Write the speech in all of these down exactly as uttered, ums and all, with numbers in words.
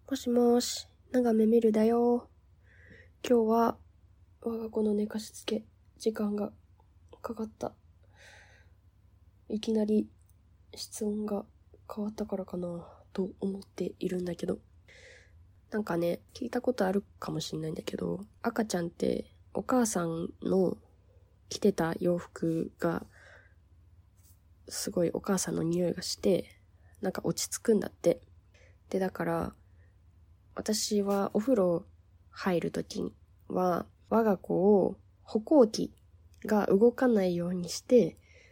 もしもし、長めみるだよ。今日は我が子の寝かしつけ時間がかかった。いきなり室温が変わったからかなと思っているんだけど、なんかね、聞いたことあるかもしれないんだけど、赤ちゃんってお母さんの着てた洋服がすごいお母さんの匂いがして、なんか落ち着くんだって。で、だから私はお風呂入るときは我が子を歩行器が動かないようにして、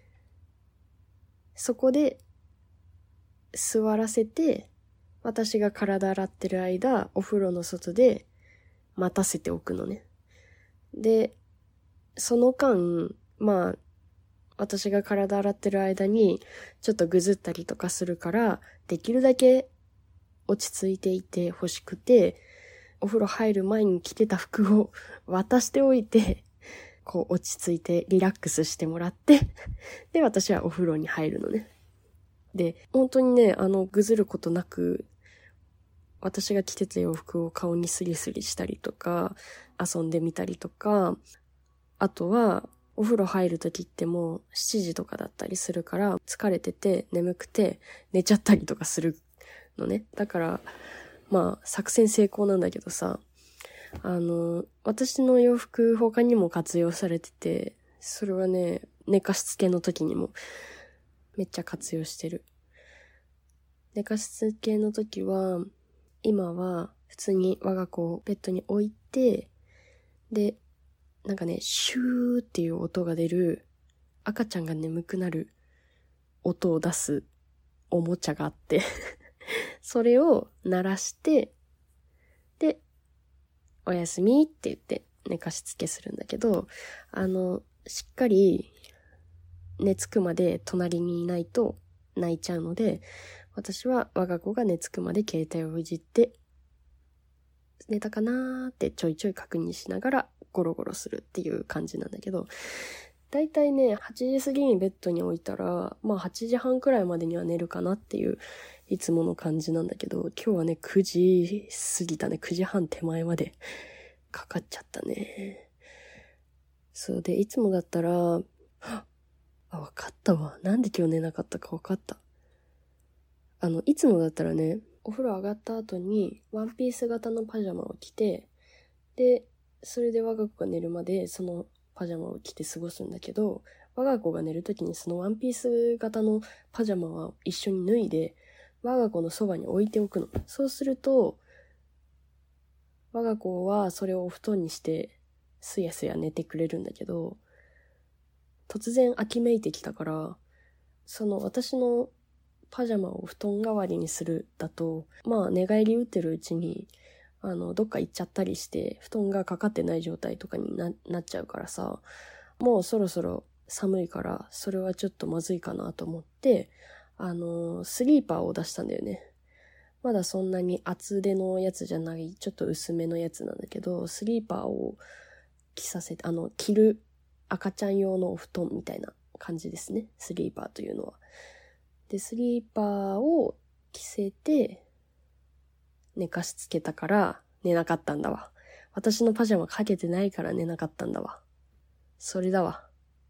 そこで座らせて、私が体洗ってる間、お風呂の外で待たせておくのね。で、その間、まあ、私が体洗ってる間にちょっとぐずったりとかするから、できるだけ落ち着いていて欲しくて、お風呂入る前に着てた服を渡しておいて、こう落ち着いてリラックスしてもらって、で、私はお風呂に入るのね。で、本当にね、あの、ぐずることなく、私が着てた洋服を顔にスリスリしたりとか、遊んでみたりとか、あとは、お風呂入るときってもうしちじとかだったりするから、疲れてて眠くて寝ちゃったりとかするのね。だから、まあ、作戦成功なんだけどさ、あの、私の洋服他にも活用されてて、それはね、寝かしつけの時にもめっちゃ活用してる。寝かしつけの時は、今は普通に我が子をベッドに置いて、で、なんかね、シューっていう音が出る、赤ちゃんが眠くなる音を出すおもちゃがあって、それを鳴らして、で、おやすみって言って寝かしつけするんだけど、あの、しっかり寝つくまで隣にいないと泣いちゃうので、私は我が子が寝つくまで携帯をいじって、寝たかなーってちょいちょい確認しながらゴロゴロするっていう感じなんだけど、だいたいね、はちじ過ぎにベッドに置いたら、まあはちじはんくらいまでには寝るかなっていう、いつもの感じなんだけど、今日はね、くじ過ぎたね、くじはん手前までかかっちゃったね。そうで、いつもだったら、あ、わかったわ。なんで今日寝なかったかわかった。あの、いつもだったらね、お風呂上がった後にワンピース型のパジャマを着て、で、それで我が子が寝るまでそのパジャマを着て過ごすんだけど、我が子が寝るときにそのワンピース型のパジャマは一緒に脱いで、我が子のそばに置いておくの。そうすると、我が子はそれをお布団にしてすやすや寝てくれるんだけど、突然秋めいてきたから、その私のパジャマを布団代わりにするだと、まあ寝返り打ってるうちに、あの、どっか行っちゃったりして、布団がかかってない状態とかに な, なっちゃうからさ、もうそろそろ寒いから、それはちょっとまずいかなと思って、あの、スリーパーを出したんだよね。まだそんなに厚手のやつじゃない、ちょっと薄めのやつなんだけど、スリーパーを着させて、あの、着る赤ちゃん用のお布団みたいな感じですね。スリーパーというのは。で、スリーパーを着せて、寝かしつけたから寝なかったんだわ。私のパジャマかけてないから寝なかったんだわ。それだわ。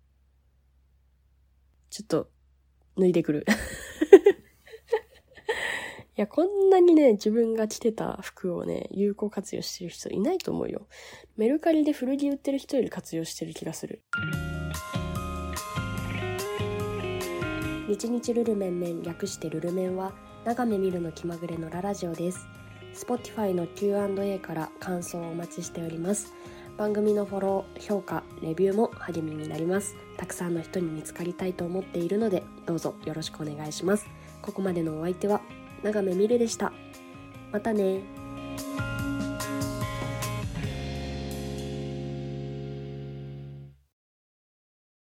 ちょっと、脱いでくる。いや、こんなにね、自分が着てた服をね、有効活用してる人いないと思うよ。メルカリで古着売ってる人より活用してる気がする。日日ルルメンメン略してルルメンは、長め見るの気まぐれのララジオです。Spotify の キューアンドエー から感想をお待ちしております。番組のフォロー、評価、レビューも励みになります。たくさんの人に見つかりたいと思っているので、どうぞよろしくお願いします。ここまでのお相手は長めみるでした。またね。